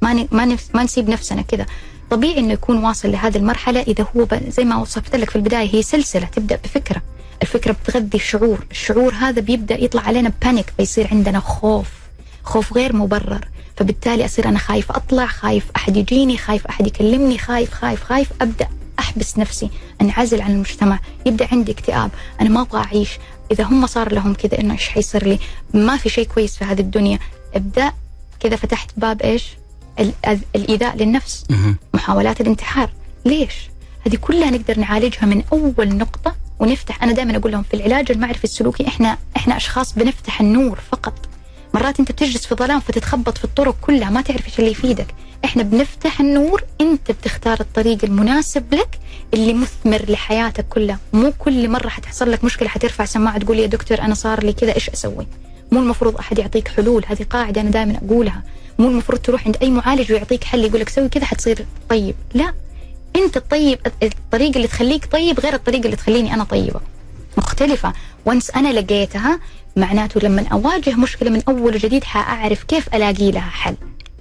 ما نسيب نفسنا كذا. طبيعي إنه يكون واصل لهذه المرحلة إذا هو زي ما وصفت لك في البداية، هي سلسلة تبدأ بفكرة، الفكرة بتغذي الشعور هذا بيبدأ يطلع علينا بانيك، فيصير عندنا خوف غير مبرر، فبالتالي أصير أنا خايف أطلع، خايف أحد يجيني، خايف أحد يكلمني، خايف، أبدأ أحبس نفسي، أنعزل عن المجتمع، يبدأ عندي اكتئاب، أنا ما أبغى أعيش. إذا هم صار لهم كذا إنه إيش حيصير لي، ما في شيء كويس في هذه الدنيا، ابدأ كذا فتحت باب إيش الإيذاء للنفس، محاولات الانتحار. ليش؟ هذه كلها نقدر نعالجها من أول نقطة ونفتح. أنا دائما أقول لهم في العلاج المعرفي السلوكي إحنا أشخاص بنفتح النور فقط. مرات أنت بتجلس في ظلام فتتخبط في الطرق كلها ما تعرف إيش اللي يفيدك. إحنا بنفتح النور، أنت بتختار الطريق المناسب لك اللي مثمر لحياتك كلها. مو كل مرة حتحصل لك مشكلة حترفع سماعة تقول يا دكتور أنا صار لي كذا إيش أسوي. مو المفروض أحد يعطيك حلول، هذه قاعدة أنا دائما أقولها. مو المفروض تروح عند أي معالج ويعطيك حل يقول لك سوي كذا حتصير طيب. لا، أنت الطيب، الطريقة اللي تخليك طيب غير الطريقة اللي تخليني أنا طيبة، مختلفة. وانس أنا لقيتها معناته لما أواجه مشكلة من أول وجديد حأعرف كيف ألاقي لها حل.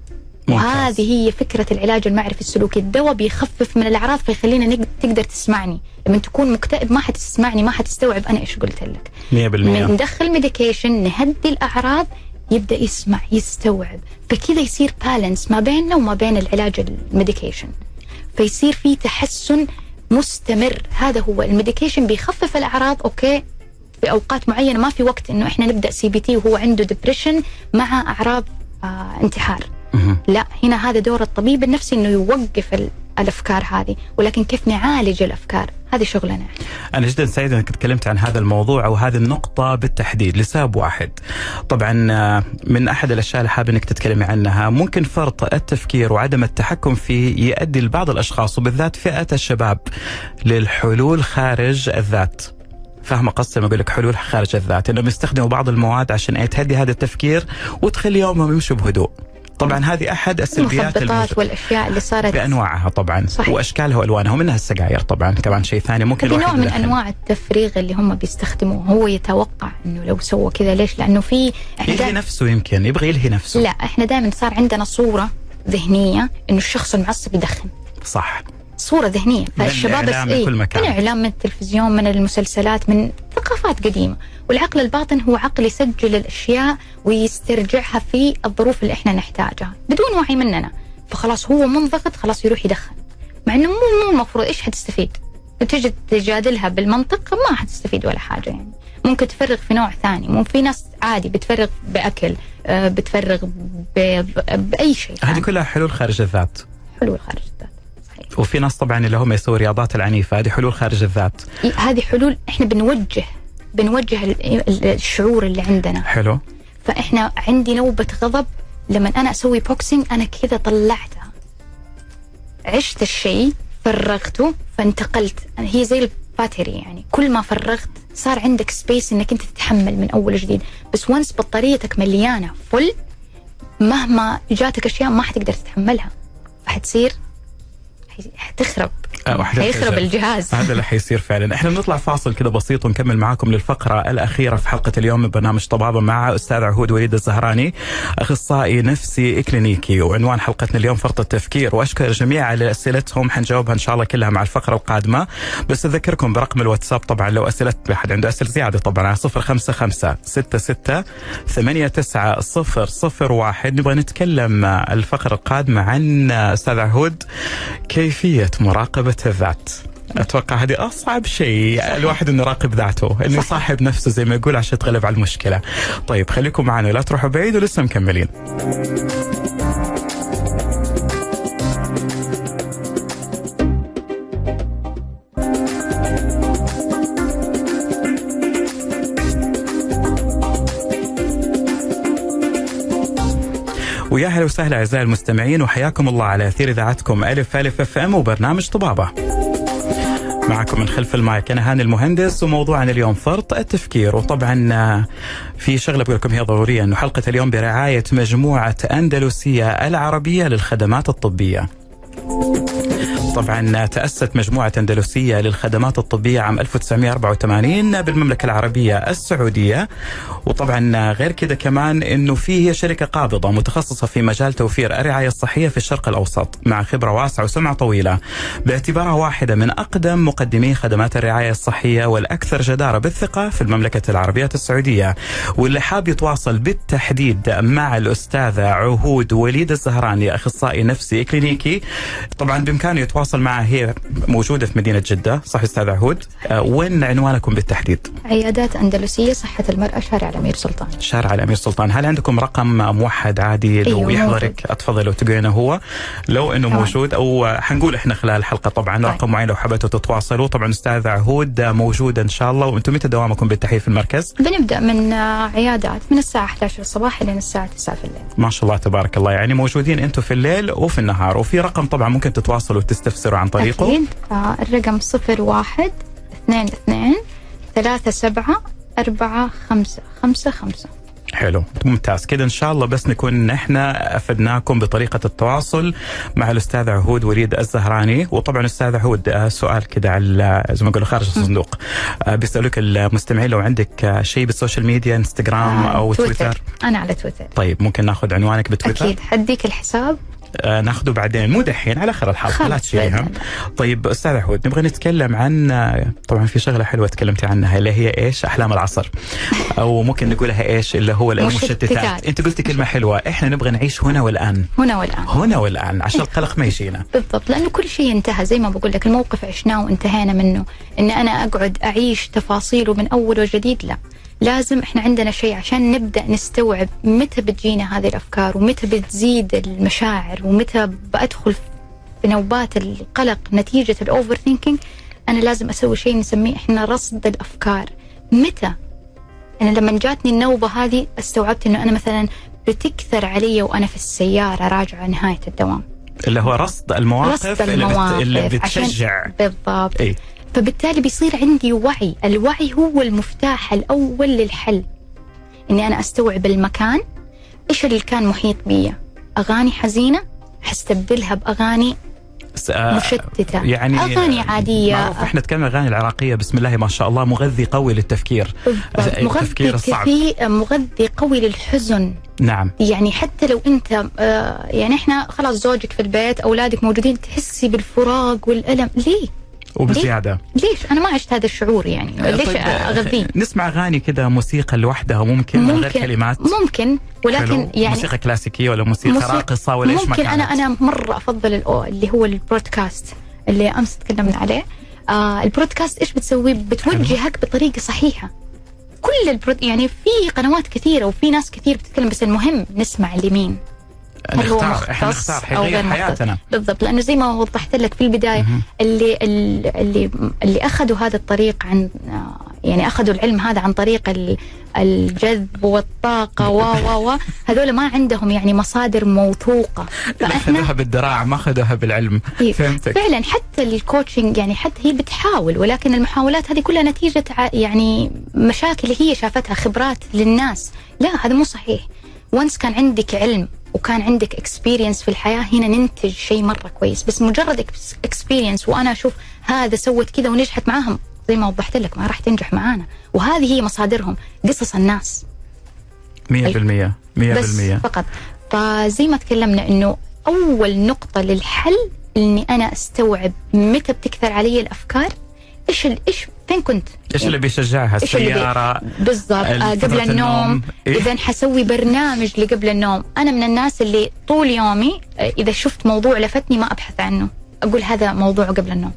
وهذه هي فكرة العلاج المعرفي السلوكي. الدواء بيخفف من الأعراض فيخلينا تقدر تسمعني. لما تكون مكتئب ما حتسمعني، ما حتستوعب أنا إيش قلت لك. 100% ندخل ميديكيشن نهدي الأعراض، يبدأ يسمع يستوعب، فكذا يصير بالانس ما بيننا وما بين العلاج الميديكيشن، فيصير في تحسن مستمر. هذا هو الميديكيشن بيخفف الأعراض أوكي في أوقات معينة، ما في وقت إنه إحنا نبدأ CBT وهو عنده ديبريشن مع أعراض انتحار. لا، هنا هذا دور الطبيب النفسي إنه يوقف الأفكار هذه، ولكن كيف نعالج الأفكار هذه شغلنا. أنا جدا سعيد أنك تكلمت عن هذا الموضوع أو هذه النقطة بالتحديد لسبب واحد. طبعا من أحد الأشياء اللي حابب أنك تتكلمي عنها، ممكن فرط التفكير وعدم التحكم فيه يؤدي لبعض الأشخاص وبالذات فئة الشباب للحلول خارج الذات. فاهمة قصدي لما أقول لك حلول خارج الذات؟ إنهم يستخدموا بعض المواد عشان تهدي هذا التفكير وتخلي يومهم يمشوا بهدوء. طبعا هذه أحد السلبيات المخدرات والأشياء اللي صارت بأنواعها طبعا. صحيح. وأشكالها وألوانها، ومنها السجاير طبعا كمان شيء ثاني ممكن هذه نوع من أنواع التفريغ اللي هم بيستخدموه. هو يتوقع إنه لو سوى كذا ليش؟ لأنه في يلهي نفسه، يمكن يبغى يلهي نفسه. لا، إحنا دائما صار عندنا صورة ذهنية إنه الشخص المعصب يدخن. صح، صورة ذهنية. فالشباب من إعلام، من التلفزيون، من المسلسلات، من ثقافات قديمة. والعقل الباطن هو عقل يسجل الأشياء ويسترجعها في الظروف اللي إحنا نحتاجها بدون وعي مننا. فخلاص هو منضغط، خلاص يروح يدخن، مع إنه مو المفروض. إيش حتستفيد؟ تجي تجادلها بالمنطق ما حتستفيد ولا حاجة. يعني ممكن تفرغ في نوع ثاني. مو في ناس عادي بتفرغ بأكل، بتفرغ بأي شيء. هذه كلها حلول خارج الذات. حلول خارج الذات. وفي ناس طبعا اللي هم يسووا رياضات العنيفة، هذه حلول خارج الذات. هذه حلول إحنا بنوجه الشعور اللي عندنا. حلو. فإحنا عندي نوبة غضب لما أنا أسوي بوكسينج، أنا كذا طلعتها. عشت الشيء فرغته فانتقلت. هي زي الباتري يعني، كل ما فرغت صار عندك سبيس انك انت تتحمل من اول وجديد. بس وانس بطاريتك مليانه فل، مهما جاتك اشياء ما حتقدر تتحملها، فحتصير حتخرب، حيخرب الجهاز. هذا اللي حيصير فعلا. احنا بنطلع فاصل كده بسيط ونكمل معاكم للفقرة الأخيرة في حلقة اليوم من برنامج طبابة مع أستاذ عهود وليد الزهراني، أخصائي نفسي إكلينيكي. وعنوان حلقتنا اليوم فرط التفكير، وأشكر الجميع على أسئلتهم، حنجاوبها إن شاء الله كلها مع الفقرة القادمة. بس أذكركم برقم الواتساب طبعا لو أسئلة أحد عنده أسئلة زيادة طبعا، 055-66-88-001. نبغى نتكلم الفقرة القادمة عن أستاذ عهود كيفية مراقبة الذات. أتوقع هذه أصعب شيء الواحد إنه يراقب ذاته، إنه يصاحب نفسه زي ما يقول عشان يتغلب على المشكلة. طيب خليكم معنا، لا تروحوا بعيد ولسه مكملين. ويا هلا وسهلا أعزائي المستمعين، وحياكم الله على أثير إذاعتكم ألف ألف اف ام وبرنامج طبابة. معكم من خلف المايك أنا هاني المهندس، وموضوعنا اليوم فرط التفكير. وطبعا في شغلة بقول لكم هي ضرورية، إنه حلقة اليوم برعاية مجموعة أندلسية العربية للخدمات الطبية. طبعا تأسست مجموعة أندلسية للخدمات الطبية عام 1984 بالمملكة العربية السعودية. وطبعا غير كده كمان انه هي شركة قابضة متخصصة في مجال توفير الرعاية الصحية في الشرق الأوسط، مع خبرة واسعة وسمعة طويلة، باعتبارها واحدة من أقدم مقدمي خدمات الرعاية الصحية والأكثر جدارة بالثقة في المملكة العربية السعودية. واللي حاب يتواصل بالتحديد مع الأستاذة عهود وليد الزهراني، أخصائي نفسي إكلينيكي، طبعا بإمكانه يتواصل معها. هي موجودة في مدينة جدة، صح أستاذ عهود؟ وين عنوانكم بالتحديد؟ عيادات أندلسية صحة المرأة، شارع الأمير سلطان. شارع الأمير سلطان. هل عندكم رقم موحد عادي لو يحضرك؟ أتفضل لو تقولينا هو لو إنه موجود، أو حنقول إحنا خلال الحلقة طبعا رقم معين لو حبيتوا تتواصلوا. طبعا أستاذ عهود موجودة إن شاء الله. وأنتم متى دوامكم بالتحية في المركز؟ بنبدأ من عيادات من الساعة 11 الصباح إلى الساعة 9 في الليل. ما شاء الله تبارك الله، يعني موجودين أنتم في الليل وفي النهار. وفي رقم طبعا ممكن تتواصلوا وتستفسروا عن طريقه. أكيد. الرقم 01-22-37-45-55. حلو ممتاز كده. إن شاء الله بس نكون نحن أفدناكم بطريقة التواصل مع الأستاذ عهود وليد الزهراني. وطبعا أستاذ عهود سؤال كده على زي ما نقول خارج الصندوق، بيسألوك المستمعين لو عندك شيء بالسوشيال ميديا، انستغرام أو تويتر. أنا على تويتر. طيب ممكن ناخذ عنوانك بتويتر؟ أكيد، حديك الحساب. ناخذه بعدين، مو دحين، على آخر الحلقة، لا تشيلها. طيب أستاذ عهود، نبغى نتكلم عن طبعا في شغلة حلوة تكلمتي عنها اللي هي إيش؟ أحلام العصر، أو ممكن نقولها إيش اللي هو المشتتات. أنت قلتي كلمة حلوة، إحنا نبغى نعيش هنا والآن. هنا والآن عشان القلق ما يجينا. بالضبط، لأنه كل شيء انتهى زي ما بقول لك، الموقف عشناه وانتهينا منه. إن أنا أقعد أعيش تفاصيله من أول وجديد، لا، لازم إحنا عندنا شيء عشان نبدأ نستوعب متى بتجينا هذه الأفكار، ومتى بتزيد المشاعر، ومتى بأدخل في نوبات القلق نتيجة الأوفر ثينكينج. أنا لازم أسوي شيء نسميه إحنا رصد الأفكار. متى أنا لما جاتني النوبة هذه استوعبت إنه أنا مثلا بتكثر علي وأنا في السيارة راجعة نهاية الدوام، اللي هو رصد المواقف اللي بتشجع. بالضبط. فبالتالي بيصير عندي وعي. الوعي هو المفتاح الأول للحل. إني أنا أستوعب المكان، إيش اللي كان محيط بي. أغاني حزينة حستبدلها بأغاني مشتتة، يعني أغاني عادية. معروف إحنا نتكلم الأغاني العراقية بسم الله ما شاء الله مغذي قوي للتفكير. مغذي قوي للحزن. نعم. يعني حتى لو أنت يعني إحنا خلاص زوجك في البيت، أولادك موجودين، تحسي بالفراق والألم. ليه؟ وبزيادة. ليش أنا ما عشت هذا الشعور؟ يعني ليش أغذيه؟ نسمع أغاني كده موسيقى لوحدها ممكن من غير كلمات. ممكن، ولكن يعني موسيقى كلاسيكية ولا موسيقى راقصة ولا إيش ما كانت. ممكن. أنا مرة أفضل اللي هو البرودكاست اللي أمس تكلمنا عليه. البرودكاست إيش بتسوي؟ بتوجهك بطريقة صحيحة. كل يعني في قنوات كثيرة وفي ناس كثير بتتكلم، بس المهم نسمع لمين. احنا نختار حياتنا. بالضبط، لأنه زي ما وضحت لك في البداية اللي أخذوا هذا الطريق عن يعني أخذوا العلم هذا عن طريق الجذب والطاقة هذول ما عندهم يعني مصادر موثوقة. أخذوها بالدراع ما أخذوها بالعلم. فهمتك. فعلا حتى الكوتشنج يعني حتى هي بتحاول، ولكن المحاولات هذه كلها نتيجة يعني مشاكل هي شافتها، خبرات للناس. لا هذا مو صحيح. وانس كان عندك علم وكان عندك اكسبيرينس في الحياة، هنا ننتج شيء مرة كويس. بس مجرد اكسبيرينس وأنا أشوف هذا سوت كذا ونجحت معاهم، زي ما وضحت لك ما راح تنجح معانا. وهذه هي مصادرهم، قصص الناس 100%. بس فقط. فزي ما تكلمنا إنه أول نقطة للحل إني أنا أستوعب متى بتكثر علي الأفكار، إيش فين كنت، إيش اللي بيشجعها، السيارة بالضبط، قبل النوم. إذا حسوي برنامج لقبل النوم. أنا من الناس اللي طول يومي إذا شفت موضوع لفتني ما أبحث عنه، أقول هذا موضوع قبل النوم.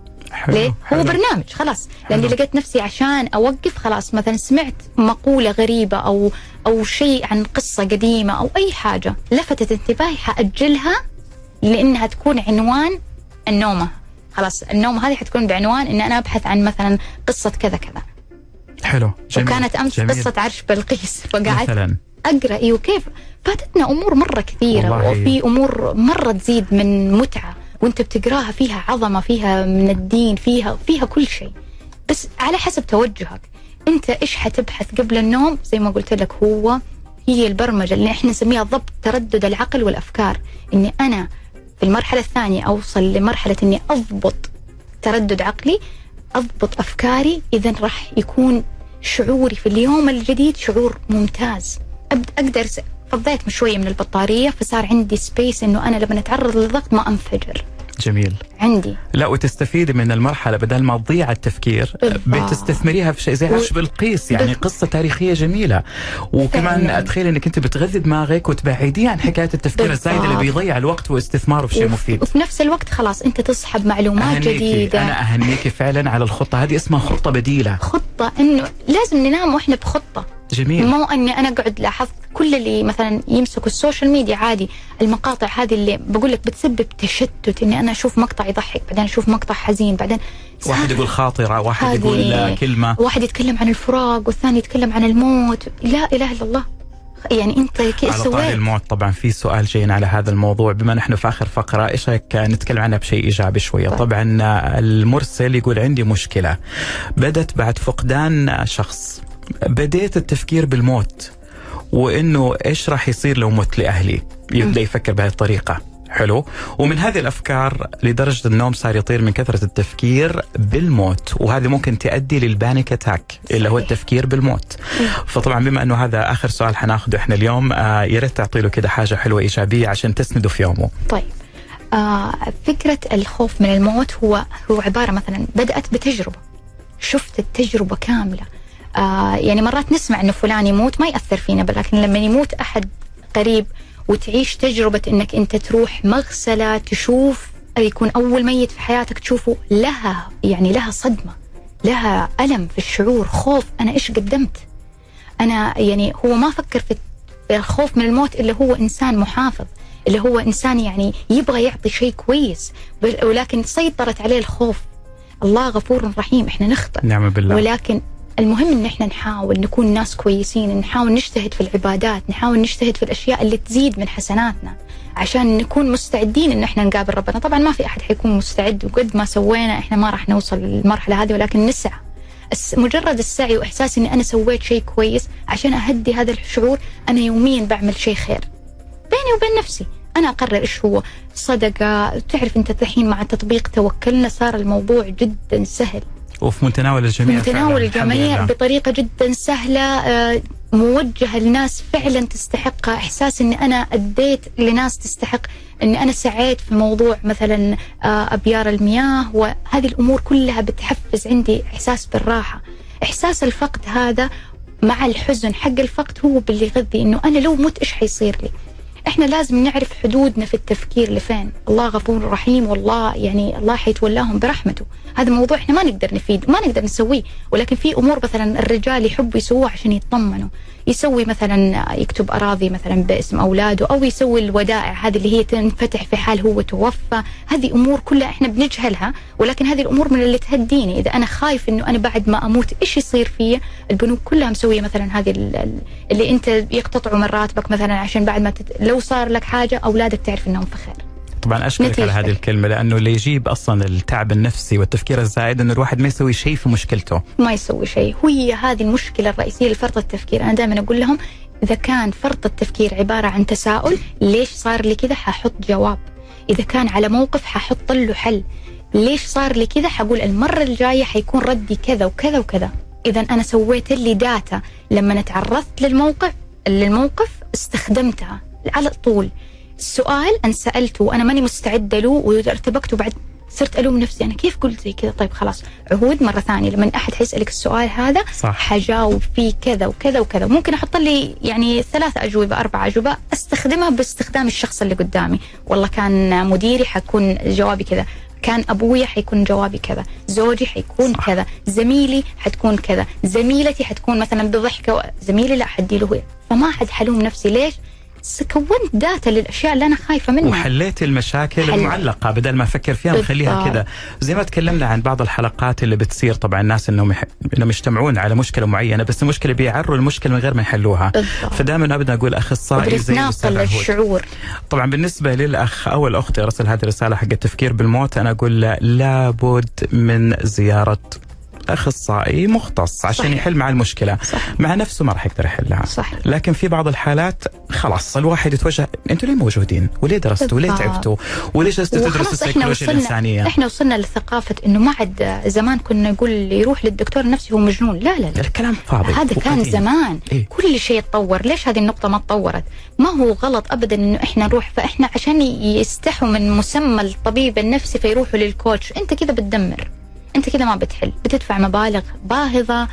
ليه؟ هو برنامج خلاص، لأني لقيت نفسي عشان أوقف خلاص. مثلا سمعت مقولة غريبة أو شيء عن قصة قديمة أو أي حاجة لفتت انتباهي، حأجلها لأنها تكون عنوان النومة. خلاص النوم هذه حتكون بعنوان إن أنا أبحث عن مثلا قصة كذا كذا. حلو. جميل. وكانت أمس جميل. قصة عرش بلقيس، فقعدت أقرأ وكيف فاتتنا أمور مرة كثيرة، وفي أمور مرة تزيد من متعة وانت بتقراها، فيها عظمة، فيها من الدين، فيها كل شيء. بس على حسب توجهك انت ايش حتبحث قبل النوم. زي ما قلت لك هي البرمجة اللي احنا نسميها ضبط تردد العقل والأفكار. اني انا في المرحلة الثانية اوصل لمرحلة اني اضبط تردد عقلي، اضبط افكاري. اذا راح يكون شعوري في اليوم الجديد شعور ممتاز. اقدر فضيت شوية من البطارية، فصار عندي سبيس انه انا لما اتعرض للضغط ما انفجر. جميل. عندي لا، وتستفيدي من المرحلة بدل ما تضيع التفكير بتستثمريها في شيء زي عرش بلقيس. يعني قصة تاريخية جميلة، وكمان أتخيل أنك أنت بتغذي دماغك وتبعديه عن حكاية التفكير الزايد اللي بيضيع الوقت واستثماره في شيء مفيد. وفي نفس الوقت خلاص أنت تصحب معلومات جديدة. أنا أهنيكي فعلا على الخطة هذه، اسمها خطة بديلة. خطة إنه لازم ننام وإحنا بخطة. جميل. مو أني أنا أقعد لاحظت كل اللي مثلا يمسكوا السوشيال ميديا عادي، المقاطع هذه اللي بقول لك بتسبب تشتت، إني أنا أشوف مقطع يضحك بعدين أشوف مقطع حزين، بعدين واحد يقول خاطرة، واحد يقول كلمة، واحد يتكلم عن الفراق والثاني يتكلم عن الموت. لا إله إلا الله. يعني أنت كيف على طاري الموت طبعا في سؤال جايين على هذا الموضوع، بما نحن في آخر فقرة إيش رأيك نتكلم عنها بشيء إيجابي شوية؟ طبعا المرسل يقول عندي مشكلة بدت بعد فقدان شخص، بديت التفكير بالموت وإنه إيش راح يصير لو مت لأهلي. يبدأ يفكر بهذه الطريقة. حلو. ومن هذه الأفكار لدرجة النوم صار يطير من كثرة التفكير بالموت، وهذه ممكن تؤدي للبانيك أتاك اللي هو التفكير بالموت. فطبعا بما أنه هذا آخر سؤال حناخده إحنا اليوم، يا ريت تعطي له كده حاجة حلوة إيجابية عشان تسنده في يومه. طيب فكرة الخوف من الموت هو عبارة مثلا بدأت بتجربة، شفت التجربة كاملة. يعني مرات نسمع إنه فلان يموت ما يأثر فينا، لكن لما يموت أحد قريب وتعيش تجربة إنك أنت تروح مغسلة تشوف يكون أول ميت في حياتك تشوفه، لها صدمة، لها ألم في الشعور، خوف. أنا إيش قدمت؟ أنا يعني هو ما فكر في الخوف من الموت إلا هو إنسان محافظ، اللي هو إنسان يعني يبغى يعطي شيء كويس، ولكن سيطرت عليه الخوف. الله غفور رحيم، إحنا نخطئ نعم بالله، ولكن المهم إن إحنا نحاول نكون ناس كويسين، نحاول نجتهد في العبادات، نحاول نجتهد في الأشياء اللي تزيد من حسناتنا عشان نكون مستعدين إن إحنا نقابل ربنا. طبعا ما في أحد حيكون مستعد، وقد ما سوينا إحنا ما راح نوصل للمرحلة هذه، ولكن نسعى. مجرد السعي وإحساس إني أنا سويت شيء كويس عشان أهدي هذا الشعور. أنا يوميا بعمل شيء خير بيني وبين نفسي، أنا أقرر إيش هو صدقة. تعرف أنت الحين مع تطبيق توكلنا صار الموضوع جدا سهل وفي متناول الجميع، متناول الجميع بطريقة جدا سهلة، موجهة لناس فعلا تستحقها. إحساس أني أنا أديت لناس تستحق، أني أنا سعيت في موضوع مثلا أبيار المياه، وهذه الأمور كلها بتحفز عندي إحساس بالراحة. إحساس الفقد هذا مع الحزن حق الفقد هو باللي يغذي إنه أنا لو مت إيش حيصير لي. احنا لازم نعرف حدودنا في التفكير لفين. الله غفور رحيم، والله يعني الله حيتولاهم برحمته. هذا موضوع احنا ما نقدر نفيد، ما نقدر نسويه، ولكن في امور مثلا الرجال يحبوا يسووها عشان يطمنوا. يسوي مثلا يكتب اراضي مثلا باسم اولاده، او يسوي الودائع هذه اللي هي تنفتح في حال هو توفى. هذه امور كلها احنا بنجهلها، ولكن هذه الامور من اللي تهديني. اذا انا خايف انه انا بعد ما اموت ايش يصير فيا، البنوك كلها مسويه مثلا هذه اللي انت يقتطعوا من راتبك مثلا عشان بعد ما لو صار لك حاجه اولادك تعرف انهم في خير. طبعا أشكرك على هذه الكلمة، لأنه اللي يجيب أصلا التعب النفسي والتفكير الزائد أنه الواحد ما يسوي شيء في مشكلته، ما يسوي شيء. هي هذه المشكلة الرئيسية لفرط التفكير. أنا دائما أقول لهم إذا كان فرط التفكير عبارة عن تساؤل، ليش صار لي كذا، ححط جواب. إذا كان على موقف ححط له حل. ليش صار لي كذا، حقول المرة الجاية حيكون ردي كذا وكذا وكذا. إذا أنا سويت لي داتا لما تعرضت للموقف استخدمتها على طول. السؤال أنا سألته وأنا ماني مستعدة له وارتبكت، وبعد صرت ألوم نفسي أنا كيف قلت زي كذا. طيب خلاص، عهود مرة ثانية لما أحد حيسألك السؤال هذا حجاوب فيه كذا وكذا وكذا. ممكن أحط لي يعني 3 أجوبة 4 أجوبة استخدمها باستخدام الشخص اللي قدامي. والله كان مديري حكون جوابي كذا، كان أبويا حيكون جوابي كذا، زوجي حيكون كذا، زميلي حتكون كذا، زميلتي حتكون مثلا بضحكة، زميلي لا حدي له. فما حد حلوم نفسي. ليش؟ كونت داتا للأشياء اللي أنا خايفة منها، وحليت المشاكل المعلقة بدل ما أفكر فيها وخليها كذا. زي ما تكلمنا عن بعض الحلقات اللي بتصير، طبعا الناس إنهم يجتمعون على مشكلة معينة، بس المشكلة بيعروا المشكلة من غير ما يحلوها. فدائما أبدا أقول أخصائي زي الأستاذ الشعور. طبعا بالنسبة للأخ أو الأخت رسل هذه الرسالة حق التفكير بالموت، أنا أقول لابد من زيارة أخصائي مختص عشان يحل مع المشكلة. مع نفسه ما راح يقدر يحلها. لكن في بعض الحالات خلاص الواحد يتوجه، انتوا ليه موجودين؟ وليه درستوا؟ وليه تعبتوا؟ وليه جلستوا تدرسوا السيكولوجيا الإنسانية؟ احنا وصلنا لثقافة انه ما عاد. زمان كنا نقول يروح للدكتور النفسي هو مجنون. لا لا لا، الكلام فاضي. هذا كان زمان. كل شيء تطور. ليش هذه النقطة ما تطورت؟ ما هو غلط ابدا انه احنا نروح، فاحنا عشان يستحوا من مسمى الطبيب النفسي فيروحوا للكوتش. انت كذا بتدمر، انت كده ما بتحل، بتدفع مبالغ باهظة،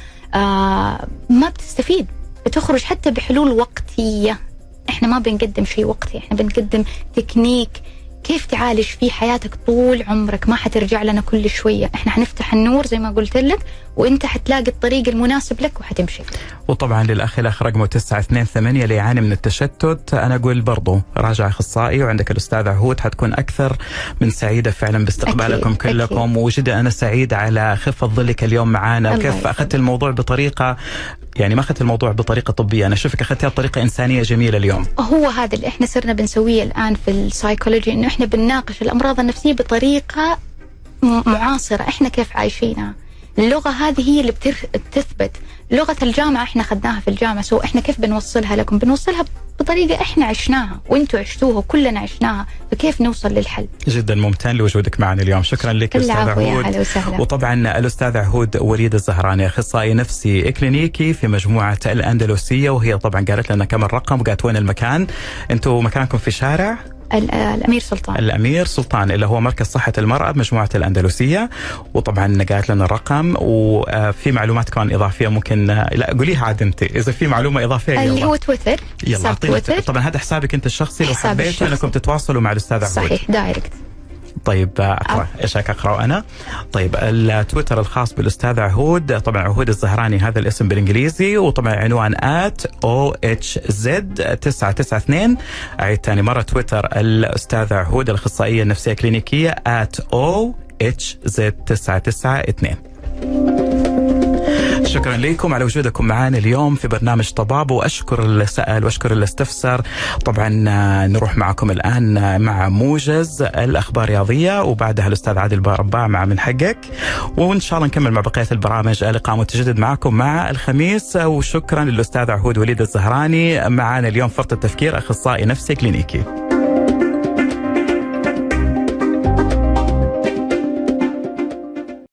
ما بتستفيد، بتخرج حتى بحلول وقتية. احنا ما بنقدم شيء وقتي، احنا بنقدم تكنيك كيف تعالج فيه حياتك طول عمرك. ما حترجع لنا كل شوية. احنا حنفتح النور زي ما قلت لك، وانت حتلاقي الطريق المناسب لك وحتمشي. وطبعا للأخ رقمه 928 اللي يعاني من التشتت، أنا أقول برضو راجع أخصائي، وعندك الأستاذ عهود حتكون أكثر من سعيدة فعلا باستقبالكم كلكم. وجدا أنا سعيد على خفة ظلك اليوم معانا، وكيف أخذت الموضوع بطريقة، يعني ما أخذت الموضوع بطريقة طبية، أنا أشوفك أخذتها بطريقة إنسانية جميلة اليوم. هو هذا اللي إحنا صرنا بنسويه الآن في السايكولوجي، إنه إحنا بنناقش الأمراض النفسية بطريقة معاصرة. إحنا كيف عايشينها. اللغة هذه هي اللي بتثبت. لغة الجامعة إحنا خدناها في الجامعة، سو إحنا كيف بنوصلها لكم؟ بنوصلها بطريقة إحنا عشناها وإنتوا عشتوها وكلنا عشناها، فكيف نوصل للحل؟ جدا ممتن لوجودك معنا اليوم. شكرا لك أستاذ عهود. وطبعا الأستاذ عهود وليد الزهراني أخصائي نفسي إكلينيكي في مجموعة الأندلسية، وهي طبعا قالت لنا كم الرقم وقالت وين المكان. أنتوا مكانكم في شارع الأمير سلطان اللي هو مركز صحة المرأة بمجموعة الأندلسية. وطبعا قالت لنا الرقم، وفي معلومات كمان إضافية ممكن لا قوليها عاد أنت إذا في معلومة إضافية. اللي هو تويتر. يلا تويتر. طبعا هذا حسابك أنت الشخصي، لو حبيتوا أنكم تتواصلوا مع الأستاذ عهود. صحيح، دايركت. طيب أقرأ إيش أقرأ أنا؟ طيب التويتر الخاص بالأستاذ عهود، طبعا عهود الزهراني هذا الاسم بالإنجليزي، وطبعا عنوان @OHZ992. أعيد ثاني مرة، تويتر الأستاذ عهود الأخصائية النفسية الكلينيكية @OHZ992. شكرا لكم على وجودكم معنا اليوم في برنامج طباب، وأشكر اللي سأل وأشكر اللي استفسر. طبعا نروح معكم الآن مع موجز الأخبار الرياضية، وبعدها الأستاذ عادل رباع مع من حقك، وإن شاء الله نكمل مع بقية البرامج. اللقاء متجدد معكم مع الخميس. وشكرا للأستاذ عهود وليد الزهراني معنا اليوم فرط التفكير، أخصائي نفسي كلينيكي.